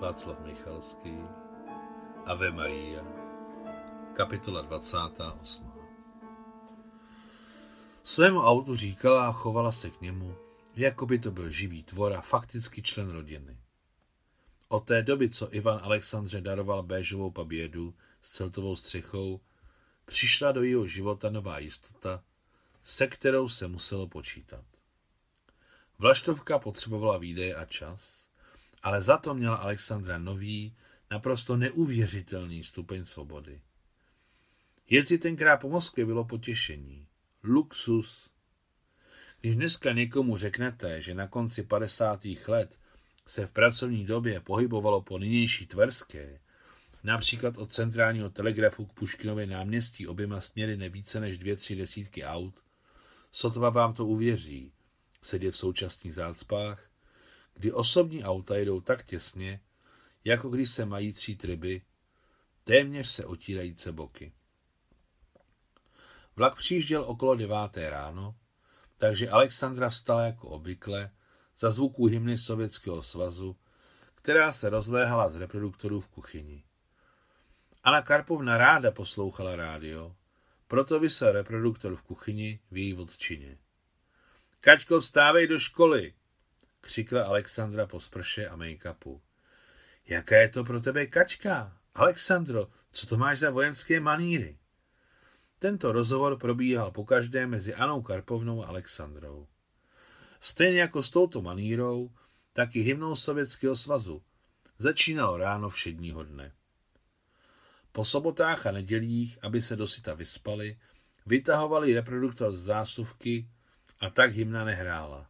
Václav Michalský, Ave Maria, kapitola 28. Svému autu říkala a chovala se k němu, jako by to byl živý tvor a fakticky člen rodiny. Od té doby, co Ivan Alexandře daroval béžovou pabědu s celtovou střechou, přišla do jeho života nová jistota, se kterou se muselo počítat. Vlaštovka potřebovala výdaje a čas, ale za to měla Alexandra nový, naprosto neuvěřitelný stupeň svobody. Jezdit tenkrát po Moskvě bylo potěšení, luxus. Když dneska někomu řeknete, že na konci 50. let se v pracovní době pohybovalo po nynější Tverské, například od centrálního telegrafu k Puškinově náměstí oběma směry nevíce než 2-3 desítky aut, sotva vám to uvěří, sedět v současných zácpách, kdy osobní auta jedou tak těsně, jako když se mají třít ryby, téměř se otírajíce boky. Vlak přijížděl okolo 9. ráno, takže Alexandra vstala jako obvykle za zvuků hymny Sovětského svazu, která se rozléhala z reproduktorů v kuchyni. Anna Karpovna ráda poslouchala rádio, proto visel reproduktor v kuchyni v její vodčině. Kaťko, vstávej do školy, křikla Alexandra po sprše a make-upu. Jaká je to pro tebe Kaťka? Alexandro, co to máš za vojenské maníry? Tento rozhovor probíhal pokaždé mezi Annou Karpovnou a Alexandrou. Stejně jako s touto manírou, tak i hymnou Sovětského svazu začínalo ráno všedního dne. Po sobotách a nedělích, aby se dosyta vyspali, vytahovali reproduktor z zásuvky a tak hymna nehrála.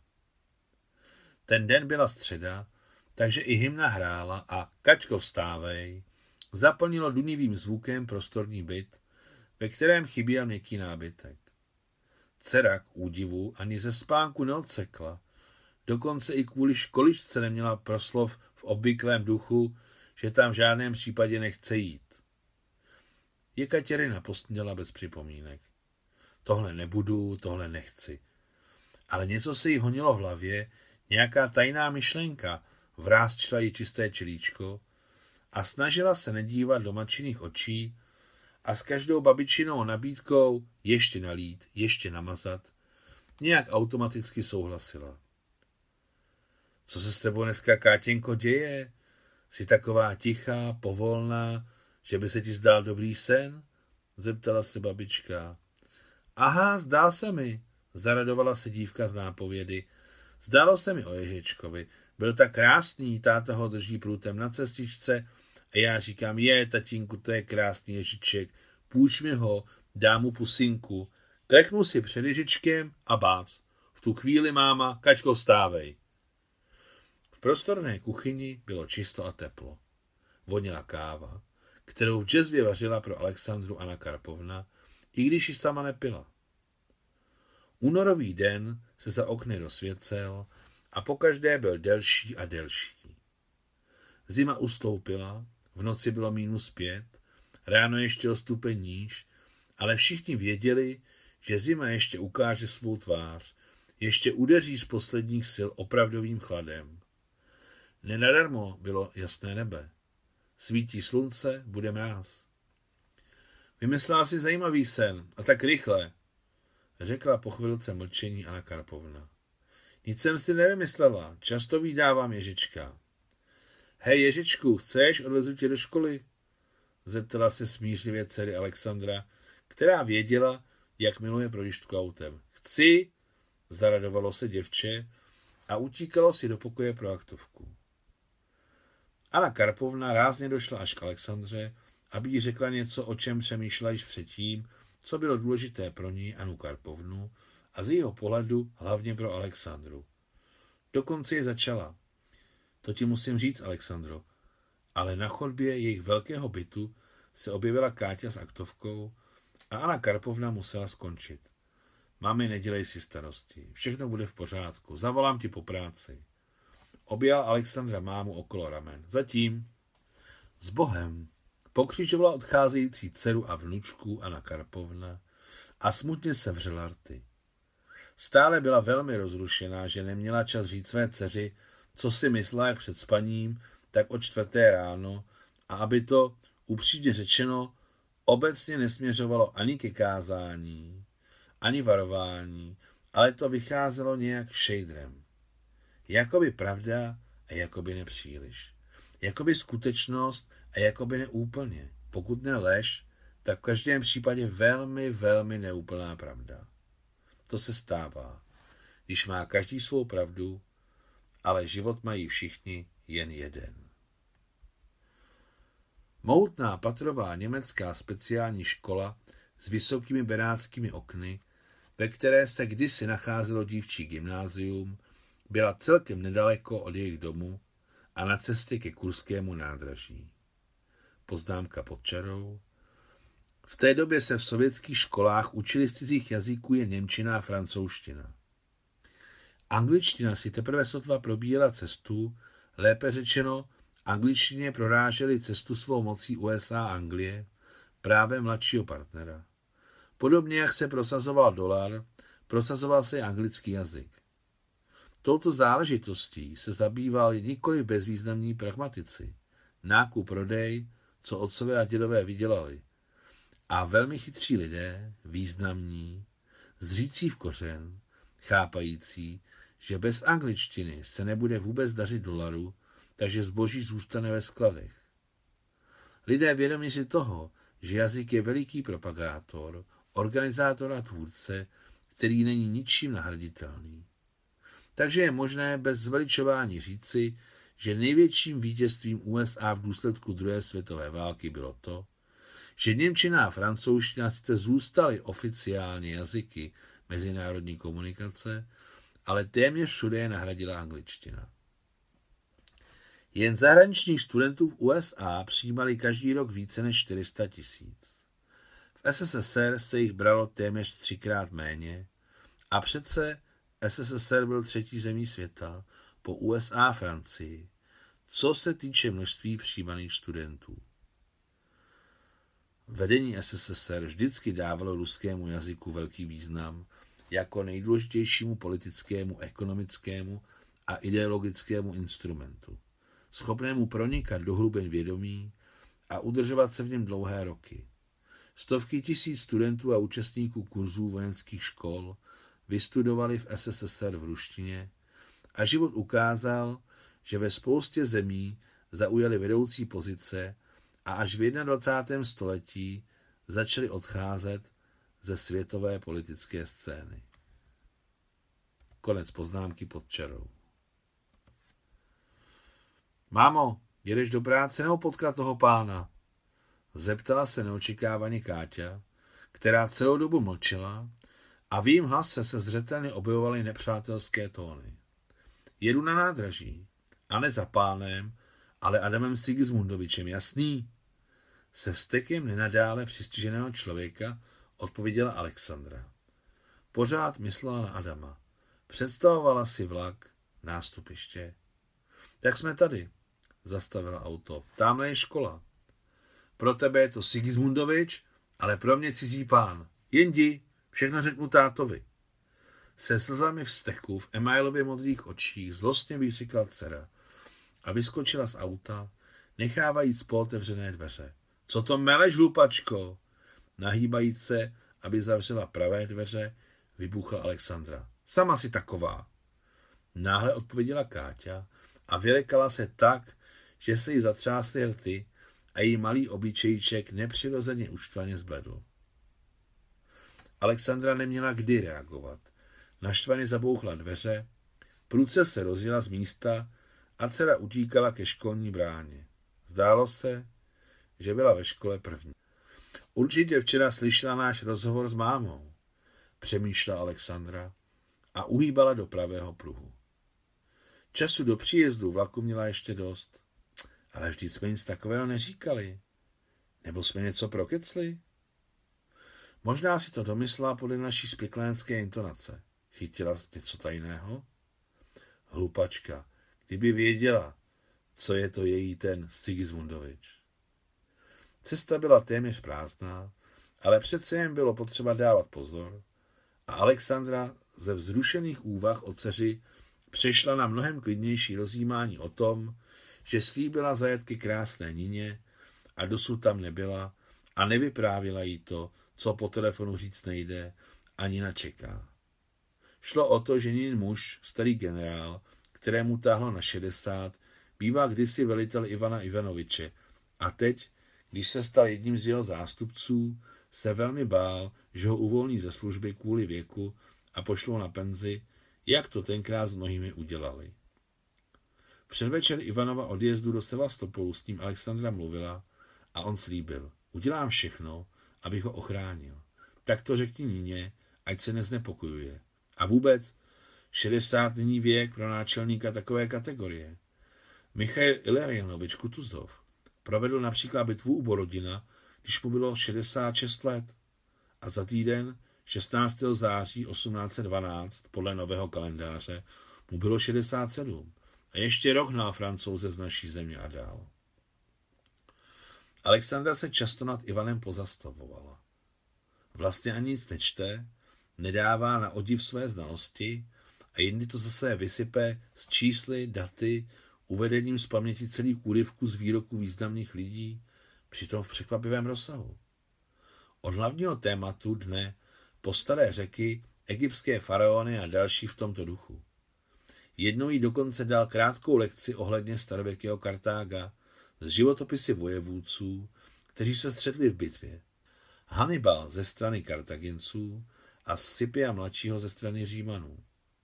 Ten den byla středa, takže i hymna hrála a Kaťko, vstávej zaplnilo dunivým zvukem prostorní byt, ve kterém chyběl měkký nábytek. Dcera k údivu ani ze spánku neodsekla, dokonce i kvůli školičce neměla proslov v obvyklém duchu, že tam v žádném případě nechce jít. Jekatěrina posněla bez připomínek. Tohle nebudu, tohle nechci. Ale něco se jí honilo v hlavě, nějaká tajná myšlenka, vrásčila jí čisté čelíčko a snažila se nedívat do matčiných očí a s každou babičinou nabídkou ještě nalít, ještě namazat, nějak automaticky souhlasila. Co se s tebou dneska, Kátěnko, děje? Jsi taková tichá, povolná, že by se ti zdál dobrý sen? Zeptala se babička. Aha, zdál se mi, zaradovala se dívka z nápovědy. Zdálo se mi o Ježečkovi. Byl tak krásný, táta ho drží průtem na cestičce a já říkám, tatínku, to je krásný Ježíček, půjč mi ho, dám mu pusinku. Kleknu si před Ježíčkem a bác. V tu chvíli máma, Kaťko, vstávej. V prostorné kuchyni bylo čisto a teplo. Voněla káva, kterou v džezvě vařila pro Alexandru Anna Karpovna, i když ji sama nepila. Únorový den se za okny rozsvěcel a pokaždé byl delší a delší. Zima ustoupila, v noci bylo -5, ráno ještě o stupeň níž, ale všichni věděli, že zima ještě ukáže svou tvář, ještě udeří z posledních sil opravdovým chladem. Nenadarmo bylo jasné nebe. Svítí slunce, bude mráz. Vymyslela si zajímavý sen, a tak rychle, řekla po chvilce mlčení Anna Karpovna. Nic jsem si nevymyslela, často vydávám Ježička. Hej, Ježičku, chceš, odvezu tě do školy? Zeptala se smířlivě dcery Alexandra, která věděla, jak miluje projížďku autem. Chci, zaradovalo se děvče a utíkalo si do pokoje pro aktovku. Anna Karpovna rázně došla až k Alexandře, aby jí řekla něco, o čem přemýšlela již předtím, co bylo důležité pro ní, Annu Karpovnu, a z jejího pohledu hlavně pro Alexandru. Dokonce je začala. To ti musím říct, Alexandro, ale na chodbě jejich velkého bytu se objevila Káťa s aktovkou a Anna Karpovna musela skončit. Mami, nedělej si starosti, všechno bude v pořádku, zavolám ti po práci. Objal Alexandra mámu okolo ramen. Zatím. S Bohem. Pokřižovala odcházející dceru a vnučku Anna Karpovna a smutně sevřela rty. Stále byla velmi rozrušená, že neměla čas říct své dceři, co si myslela jak před spaním, tak o 4. ráno a aby to, upřímně řečeno, obecně nesměřovalo ani ke kázání, ani varování, ale to vycházelo nějak šejdrem. Jakoby pravda a jakoby nepříliš. Jakoby skutečnost a jakoby neúplně. Pokud ne lež, tak v každém případě velmi, velmi neúplná pravda. To se stává, když má každý svou pravdu, ale život mají všichni jen jeden. Mohutná patrová německá speciální škola s vysokými benátskými okny, ve které se kdysi nacházelo dívčí gymnázium, byla celkem nedaleko od jejich domu a na cestě ke Kurskému nádraží. Poznámka pod čarou. V té době se v sovětských školách učili z cizích jazyků jen němčina a francouzština. Angličtina si teprve sotva probíjela cestu, lépe řečeno, angličtině proráželi cestu svou mocí USA a Anglie, právě mladšího partnera. Podobně jak se prosazoval dolar, prosazoval se i anglický jazyk. Touto záležitostí se zabývali nikoli bezvýznamní pragmatici, nákup, prodej, co otcové a dědové vydělali, a velmi chytří lidé, významní, zřící v kořen, chápající, že bez angličtiny se nebude vůbec dařit dolaru, takže zboží zůstane ve skladech. Lidé vědomí si toho, že jazyk je veliký propagátor, organizátor a tvůrce, který není ničím nahraditelný. Takže je možné bez zveličování říci, že největším vítězstvím USA v důsledku druhé světové války bylo to, že němčina a francouzština sice zůstaly oficiálně jazyky mezinárodní komunikace, ale téměř všude je nahradila angličtina. Jen zahraničních studentů v USA přijímali každý rok více než 400 000. V SSSR se jich bralo téměř 3krát méně a přece SSSR byl třetí zemí světa po USA a Francii, co se týče množství přijímaných studentů. Vedení SSSR vždycky dávalo ruskému jazyku velký význam jako nejdůležitějšímu politickému, ekonomickému a ideologickému instrumentu, schopnému pronikat do hlubin vědomí a udržovat se v něm dlouhé roky. Stovky tisíc studentů a účastníků kurzů vojenských škol vystudovali v SSSR v ruštině a život ukázal, že ve spoustě zemí zaujali vedoucí pozice a až v 21. století začali odcházet ze světové politické scény. Konec poznámky pod čarou. Mámo, jedeš do práce nebo potkat toho pána? Zeptala se neočekávaně Káťa, která celou dobu mlčela a v jejím hlase se zřetelně objevovaly nepřátelské tóny. Jedu na nádraží, a ne za pánem, ale Adamem Sigismundovičem, jasný? Se vztekem nenadále přistiženého člověka odpověděla Alexandra. Pořád myslela na Adama. Představovala si vlak, nástupiště. Tak jsme tady, zastavila auto. Támhle je škola. Pro tebe je to Sigismundovič, ale pro mě cizí pán. Jendi, všechno řeknu tátovi. Se slzami vzteku v emailově modrých očích zlostně vykřikla dcera a vyskočila z auta, nechávajíc pootevřené dveře. Co to meleš, hlupačko? Nahýbajíc se, aby zavřela pravé dveře, vybuchla Alexandra. Sama si taková. Náhle odpověděla Káťa a vylekala se tak, že se jí zatřásly rty a její malý obličejíček nepřirozeně uštvaně zbledl. Alexandra neměla kdy reagovat. Naštvaně zabouchla dveře, prudce se rozjela z místa a dcera utíkala ke školní bráně. Zdálo se, že byla ve škole první. Určitě včera slyšela náš rozhovor s mámou, přemýšlela Alexandra a uhýbala do pravého pruhu. Času do příjezdu vlaku měla ještě dost, ale vždyť jsme nic takového neříkali. Nebo jsme něco prokecli? Možná si to domyslela podle naší spiklénské intonace. Chytila něco tajného? Hlupačka, kdyby věděla, co je to její ten Sigismundovič. Cesta byla téměř prázdná, ale přece jen bylo potřeba dávat pozor a Alexandra ze vzrušených úvah o dceři přešla na mnohem klidnější rozjímání o tom, že slíbila zajetky krásné Nině a dosud tam nebyla a nevyprávila jí to, co po telefonu říct nejde, a Nina čeká. Šlo o to, že Ninin muž, starý generál, kterému táhlo na 60, bývá kdysi velitel Ivana Ivanoviče a teď, když se stal jedním z jeho zástupců, se velmi bál, že ho uvolní ze služby kvůli věku a pošlou na penzi, jak to tenkrát s mnohými udělali. Předvečer Ivanova odjezdu do Sevastopolu s ním Alexandra mluvila a on slíbil, udělám všechno, abych ho ochránil. Tak to řekni Nině, ať se neznepokojuje. A vůbec 60 není věk pro náčelníka takové kategorie. Michail Ilarianovič Kutuzov provedl například bitvu u Borodina, když mu bylo 66 let. A za týden, 16. září 1812, podle nového kalendáře, mu bylo 67. A ještě rok hnal Francouze z naší země a dál. Alexandra se často nad Ivanem pozastavovala. Vlastně ani nic nečte, nedává na odiv své znalosti a jindy to zase vysype s čísly, daty, uvedením z paměti celých úryvků z výroků významných lidí, přitom v překvapivém rozsahu. Od hlavního tématu dne po staré řeky, egyptské faraony a další v tomto duchu. Jednou jí dokonce dal krátkou lekci ohledně starověkého Kartága z životopisy vojevůdců, kteří se střetli v bitvě. Hannibal ze strany Kartaginců a Scipia mladšího ze strany Římanů.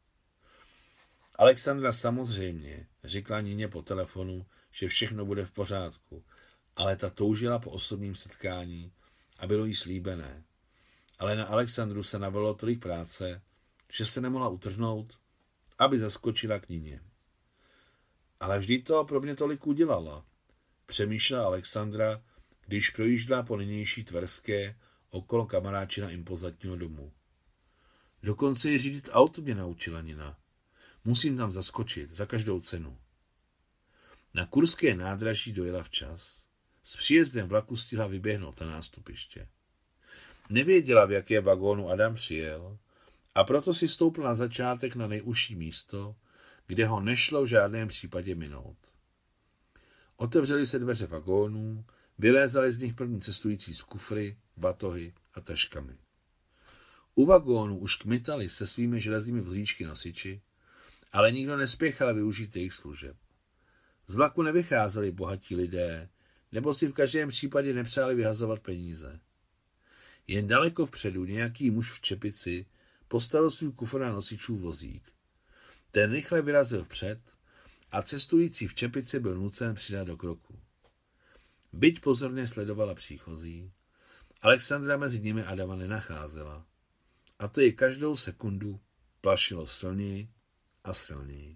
Alexandra samozřejmě řekla Nině po telefonu, že všechno bude v pořádku, ale ta toužila po osobním setkání a bylo jí slíbené. Ale na Alexandru se navalilo tolik práce, že se nemohla utrhnout, aby zaskočila k Nině. Ale vždy to pro mě tolik udělala, přemýšlela Alexandra, když projížděla po nynější Tverské okolo kamaráčina impozantního domu. Dokonce i řídit auto mě naučila Nina. Musím tam zaskočit, za každou cenu. Na kurské nádraží dojela včas. S příjezdem vlaku stihla vyběhnout na nástupiště. Nevěděla, v jaké vagónu Adam přijel, a proto si stoupl na začátek na nejužší místo, kde ho nešlo v žádném případě minout. Otevřely se dveře vagónů, vylézali z nich první cestující z kufry, batohy a taškami. U vagónu už kmitali se svými železnými vozíčky nosiči, ale nikdo nespěchal využít jejich služeb. Z vlaku nevycházeli bohatí lidé, nebo si v každém případě nepřáli vyhazovat peníze. Jen daleko vpředu nějaký muž v čepici postavil svůj kufr na nosičův vozík. Ten rychle vyrazil vpřed a cestující v čepici byl nucen přidat do kroku. Byť pozorně sledovala příchozí, Alexandra mezi nimi Adama nenacházela. A to ji každou sekundu plašilo silněji a silněji.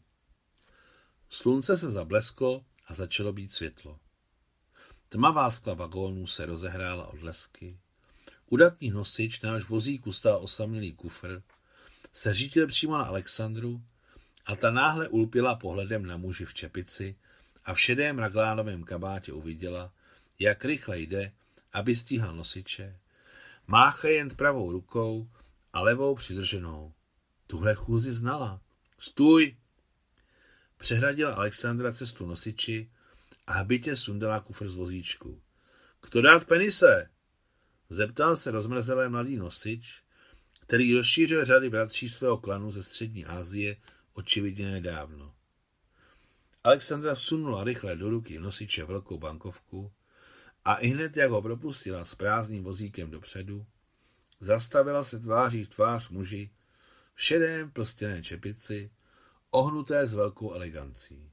Slunce se zablesklo a začalo být světlo. Tmavá skla vagónů se rozehrála od lesky. Udatný nosič, náš vozíku stál osamělý kufr, se řídil přímo na Alexandru a ta náhle ulpěla pohledem na muži v čepici a v šedém raglánovém kabátě uviděla, jak rychle jde, aby stíhal nosiče. Mácha jen pravou rukou a levou přidrženou. Tuhle chůzi znala. Stůj! Přehradila Alexandra cestu nosiči a hbitě sundala kufr z vozíčku. Kdo dát penise? Zeptal se rozmrzelé mladý nosič, který rozšířil řady bratří svého klanu ze střední Asie očividně nedávno. Alexandra vsunula rychle do ruky nosiče velkou bankovku a ihned, jak ho propustila s prázdným vozíkem dopředu, zastavila se tváří v tvář muži v šedém plstěné čepici, ohnuté s velkou elegancí.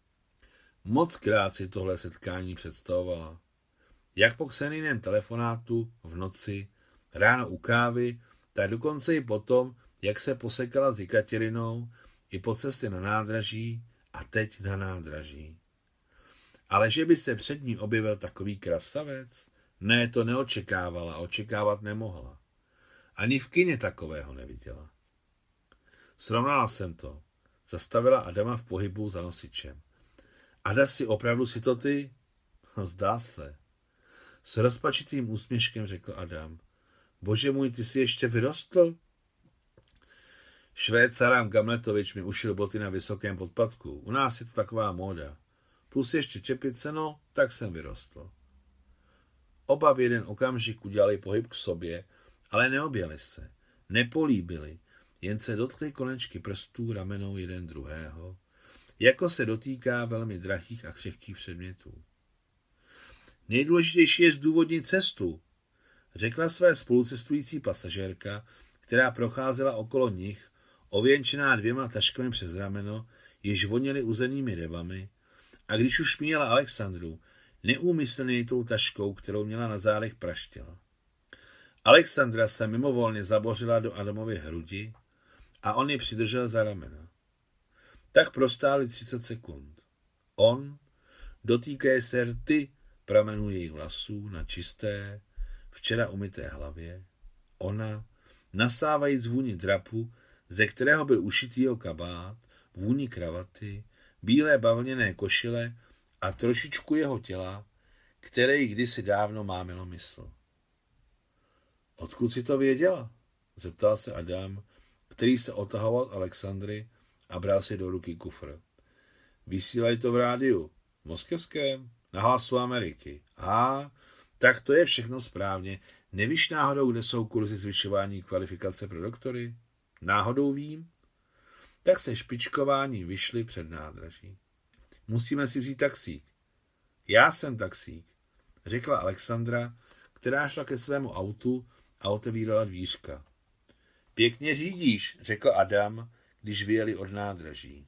Moc krát si tohle setkání představovala. Jak po Ksenijném telefonátu v noci, ráno u kávy, tak dokonce i potom, jak se posekala s Jekatěrinou i po cestě na nádraží a teď na nádraží. Ale že by se před ní objevil takový krasavec? Ne, to neočekávala, očekávat nemohla. Ani v kině takového neviděla. Srovnala jsem to. Zastavila Adama v pohybu za nosičem. Ada, opravdu si to ty? No, zdá se. S rozpačitým úsměškem řekl Adam. Bože můj, ty jsi ještě vyrostl? Švéd Saram Gamletovič mi ušil boty na vysokém podpatku. U nás je to taková móda. plus ještě čepice, no, tak jsem vyrostl. Oba v jeden okamžik udělali pohyb k sobě, ale neobjeli se, nepolíbili, jen se dotkli konečky prstů ramenou jeden druhého, jako se dotýká velmi drahých a křehkých předmětů. Nejdůležitější je zdůvodnit cestu, řekla své spolucestující pasažérka, která procházela okolo nich, ověnčená 2 taškami přes rameno, jež voněly uzenými rybami, a když už měla Alexandru, neúmyslně tou taškou, kterou měla na zádech, praštila. Alexandra se mimovolně zabořila do Adamovy hrudi a on ji přidržel za ramena. Tak prostáli 30 sekund. On, dotýkaje se rty pramenů jejich vlasů na čisté, včera umyté hlavě, ona, nasávajíc vůni drapu, ze kterého byl ušitý jeho kabát, vůni kravaty, bílé bavlněné košile a trošičku jeho těla, které jí kdysi dávno mámilo mysl. Odkud si to věděla? Zeptal se Adam, který se otahoval od Alexandry a bral si do ruky kufr. Vysílají to v rádiu. V moskevském? Na Hlasu Ameriky. Tak to je všechno správně. Nevíš náhodou, kde jsou kurzy zvyšování kvalifikace pro doktory? Náhodou vím? Tak se špičkování vyšli před nádraží. Musíme si vzít taxík. Já jsem taxík, řekla Alexandra, která šla ke svému autu a otevírala dvířka. Pěkně řídíš, řekl Adam, když vyjeli od nádraží.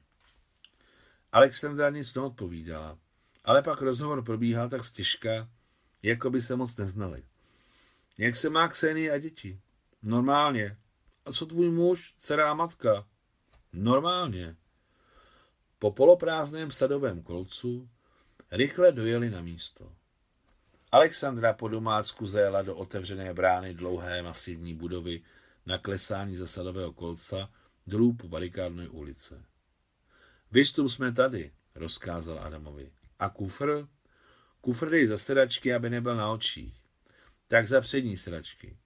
Alexandra nic neodpovídala, ale pak rozhovor probíhal tak stěžka, jako by se moc neznali. Jak se má Ksenie a děti? Normálně. A co tvůj muž, dcera a matka? Normálně. Po poloprázdném sadovém kolcu rychle dojeli na místo. Alexandra po domácku zajela do otevřené brány dlouhé masivní budovy na klesání ze sadového kolca dolů po barikádné ulice. Vystup jsme tady, rozkázal Adamovi. A kufr? Kufr dej za sedačky, aby nebyl na očích. Tak za přední sedačky.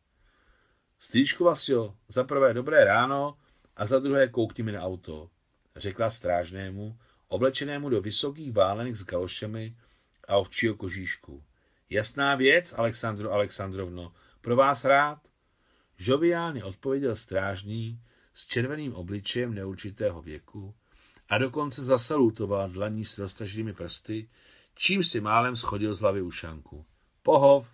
Strýčku Vasio, za prvé dobré ráno a za druhé koukni mi na auto, řekla strážnému, oblečenému do vysokých válených s galošemi a ovčího kožíšku. Jasná věc, Alexandro Alexandrovno, pro vás rád. Žoviálně odpověděl strážný s červeným obličejem neurčitého věku a dokonce zasalutoval dlaní s roztaženými prsty, čím si málem schodil z hlavy ušanku. Pohov,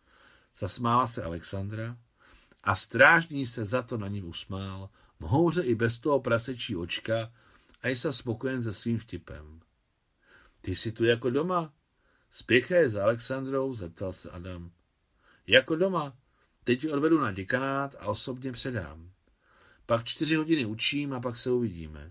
zasmála se Alexandra a strážný se za to na ní usmál, mohouře i bez toho prasečí očka a je se spokojen se svým vtipem. Ty jsi tu jako doma? Spěchaje za Alexandrou, zeptal se Adam. Jako doma. Teď ji odvedu na děkanát a osobně předám. Pak 4 hodiny učím a pak se uvidíme.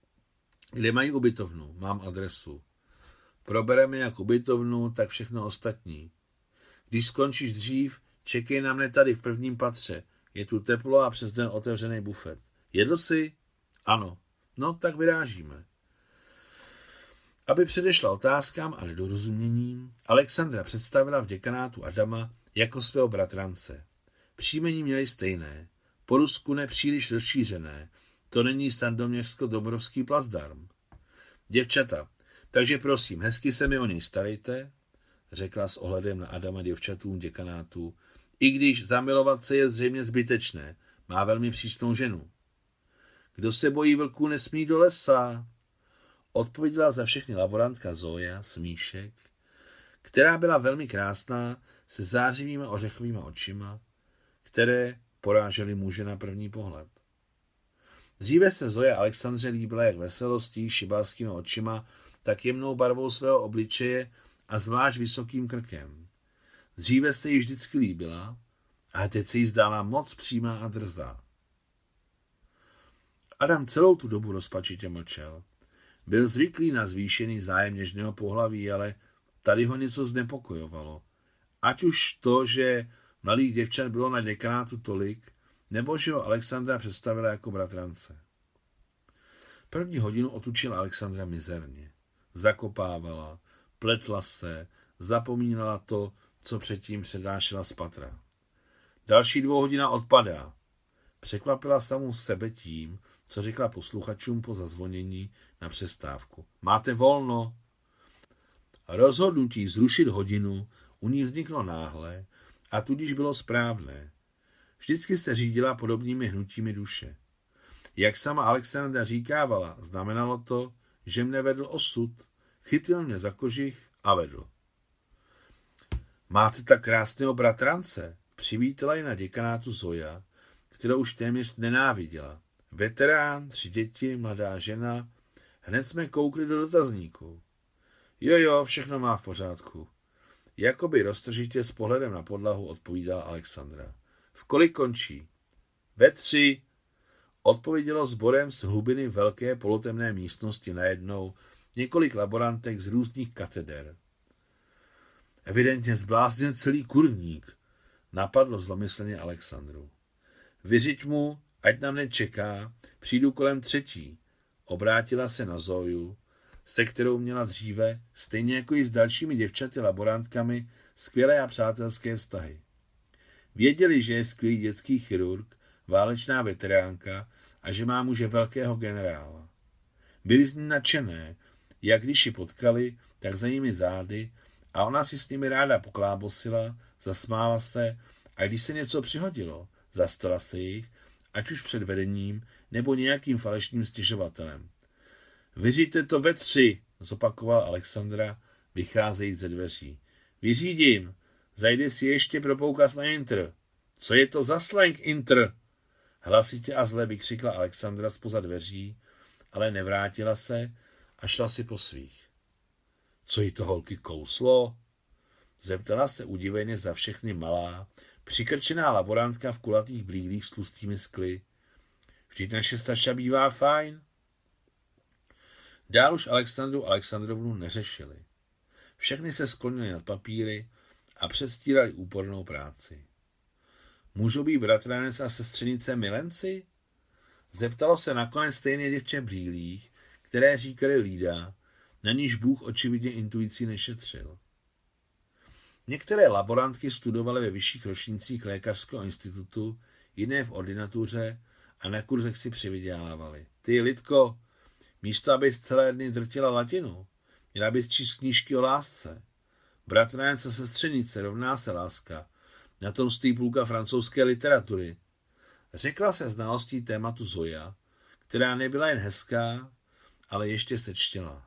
Kde mají ubytovnu? Mám adresu. Probereme jak ubytovnu, tak všechno ostatní. Když skončíš dřív, čekej na mne tady v prvním patře. Je tu teplo a přes den otevřený bufet. Jedl jsi? Ano. No, tak vyrážíme. Aby předešla otázkám a nedorozuměním, Alexandra představila v děkanátu Adama jako svého bratrance. Příjmení měli stejné. Po Rusku nepříliš rozšířené. To není Sandoměřsko-Dobrovský plazdarm. Děvčata, takže prosím, hezky se mi o něj starejte, řekla s ohledem na Adama děvčatům děkanátu, i když zamilovat se je zřejmě zbytečné, má velmi přísnou ženu. Kdo se bojí vlků, nesmí do lesa, odpověděla za všechny laborantka Zoja Smíšek, která byla velmi krásná, se zářivými ořechovými očima, které porážely muže na první pohled. Dříve se Zoja Alexandře líbila jak veselostí, šibalskými očima, tak jemnou barvou svého obličeje a zvlášť vysokým krkem. Dříve se jí vždycky líbila, ale teď se jí zdála moc přímá a drzá. Adam celou tu dobu rozpačitě mlčel. Byl zvyklý na zvýšený zájem něžného pohlaví, ale tady ho něco znepokojovalo. Ať už to, že mladých děvčat bylo na děkanátu tolik, nebo že ho Alexandra představila jako bratrance. První hodinu otučila Alexandra mizerně. Zakopávala, pletla se, zapomínala to, co předtím přednášela z patra. Další 2 hodina odpadá. Překvapila samou sebe tím, co řekla posluchačům po zazvonění na přestávku. Máte volno? Rozhodnutí zrušit hodinu u ní vzniklo náhle a tudíž bylo správné. Vždycky se řídila podobnými hnutími duše. Jak sama Alexandra říkávala, znamenalo to, že mne vedl osud, chytil mě za kožich a vedl. Máte tak krásného bratrance, přivítala ji na děkanátu Zoja, kterou už téměř nenáviděla. Veterán, 3 děti, mladá žena, hned jsme koukli do dotazníku. Jo, všechno má v pořádku. Jakoby roztržitě s pohledem na podlahu odpovídala Alexandra. V kolik končí? Ve 3. Odpovědělo sborem z hlubiny velké polotemné místnosti najednou několik laborantek z různých kateder. Evidentně zbláznil celý kurník, napadlo zlomyslně Alexandru. Vyřiď mu, ať nám nečeká, přijdu kolem 3. Obrátila se na Zoju, se kterou měla dříve, stejně jako i s dalšími děvčaty laborantkami, skvělé a přátelské vztahy. Věděli, že je skvělý dětský chirurg, válečná veteránka a že má muže velkého generála. Byli z ní nadšené, jak když ji potkali, tak za nimi zády a ona si s nimi ráda poklábosila, zasmála se a když se něco přihodilo, zastala se jich, ať už před vedením nebo nějakým falešným stěžovatelem. Vyříďte to ve 3, zopakoval Alexandra, vycházejíc ze dveří. Vyřídím, zajde si ještě pro poukaz na Inter. Co je to za slang Inter? Hlasitě a zle vykřikla Alexandra zpoza dveří, ale nevrátila se a šla si po svých. Co jí to holky kouslo? Zeptala se udiveně za všechny malá, přikrčená laborantka v kulatých brýlích s tlustými skly. Vždyť naše Saša bývá fajn. Dál už Alexandrovnu neřešili. Všechny se sklonili nad papíry a předstírali úpornou práci. Můžou být bratranec a sestřenice milenci? Zeptalo se nakonec stejné děvče v brýlích, které říkali Lída, na níž Bůh očividně intuicí nešetřil. Některé laborantky studovaly ve vyšších ročnících lékařského institutu, jiné v ordinatuře a na kurzech si přivydělávaly. Ty, Lidko, místo abys celé dny drtila latinu, měla bys číst knížky o lásce. Bratranec a sestřenice rovná se láska. Na tom stojí půlka francouzské literatury. Řekla se znalostí tématu Zoja, která nebyla jen hezká, ale ještě se čtěla.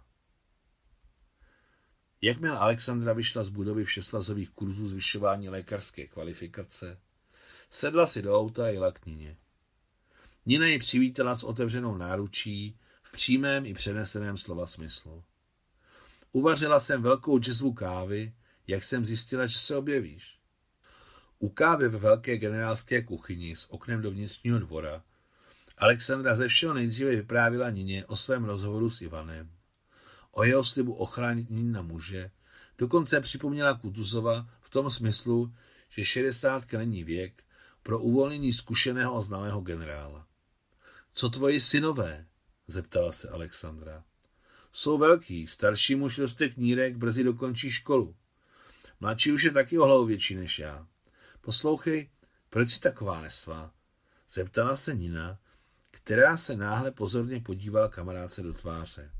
Jakmile Alexandra vyšla z budovy všesvazových kurzů zvyšování lékařské kvalifikace, sedla si do auta a jela k Nině. Nina ji přivítala s otevřenou náručí v přímém i přeneseném slova smyslu. Uvařila jsem velkou džezvu kávy, jak jsem zjistila, že se objevíš. U kávy ve velké generálské kuchyni s oknem do vnitřního dvora Alexandra ze všeho nejdříve vyprávila Nině o svém rozhovoru s Ivanem. O jeho slibu ochránit Nina muže, dokonce připomněla Kutuzova v tom smyslu, že 60 není věk pro uvolnění zkušeného a znalého generála. Co tvoji synové? Zeptala se Alexandra. Jsou velký, starší muž roste knírek, brzy dokončí školu. Mladší už je taky o hlavu větší než já. Poslouchej, proč jsi taková nesvá? Zeptala se Nina, která se náhle pozorně podívala kamarádce do tváře.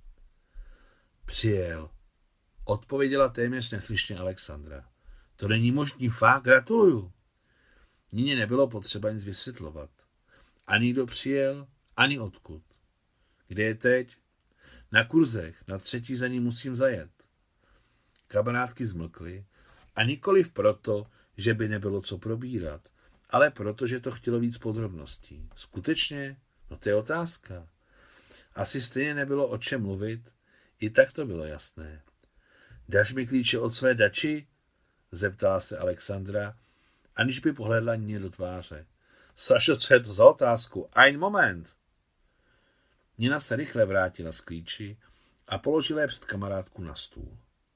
Přijel, odpověděla téměř neslyšně Alexandra. To není možný, fakt, gratuluju. Nině nebylo potřeba nic vysvětlovat. Ani kdo přijel, ani odkud. Kde je teď? Na kurzech, na 3. za ní musím zajet. Kamarádky zmlkly a nikoliv proto, že by nebylo co probírat, ale proto, že to chtělo víc podrobností. Skutečně? No to je otázka. Asi stejně nebylo o čem mluvit, i tak to bylo jasné. Dáš mi klíče od své dači? Zeptala se Alexandra, aniž by pohledla Nině do tváře. Sašo, co je to za otázku? Ein moment. Nina se rychle vrátila s klíči a položila je před kamarádku na stůl.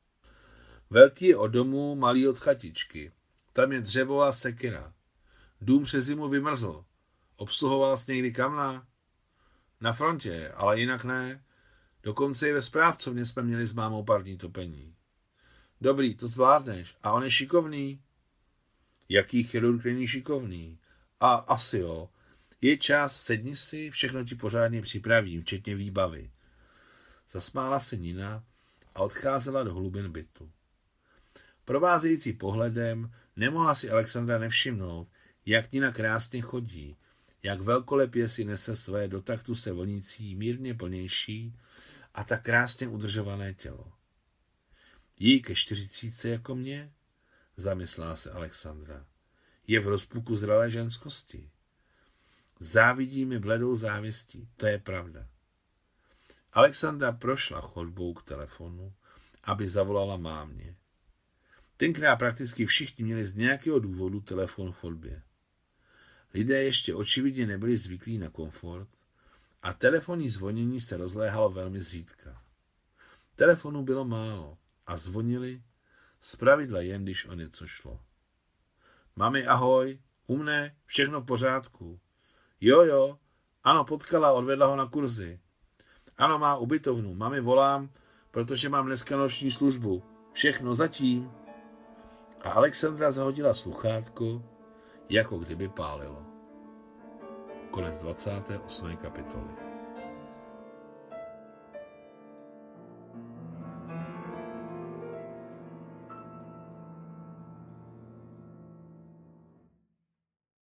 Velký je od domu, malý od chatičky. Tam je dřevo a sekira. Dům přes zimu vymrzl. Obsluhoval jsi někdy kamna? Na frontě, ale jinak ne. Dokonce i ve správcovně jsme měli s mámou pár dní topení. Dobrý, to zvládneš. A on je šikovný? Jaký chirurg není šikovný? A asi jo. Je čas, sedni si, všechno ti pořádně připravím, včetně výbavy. Zasmála se Nina a odcházela do hlubin bytu. Provázející pohledem nemohla si Alexandra nevšimnout, jak Nina krásně chodí, jak velkolepě si nese své do taktu se vlnící, mírně plnější a tak krásně udržované tělo. Jí ke 40 jako mě, zamyslela se Alexandra. Je v rozpuku zralé ženskosti. Závidí mi bledou závistí, to je pravda. Alexandra prošla chodbou k telefonu, aby zavolala mámě. Tenkrát prakticky všichni měli z nějakého důvodu telefon v chodbě. Lidé ještě očividně nebyli zvyklí na komfort a telefonní zvonění se rozléhalo velmi zřídka. Telefonů bylo málo a zvonili zpravidla jen, když o něco šlo. Mami, ahoj, u mne, všechno v pořádku. Jo, ano, potkala, odvedla ho na kurzy. Ano, má ubytovnu, mami, volám, protože mám dneska noční službu. Všechno zatím. A Alexandra zahodila sluchátko, jako kdyby pálilo. Konec 28. kapitoly.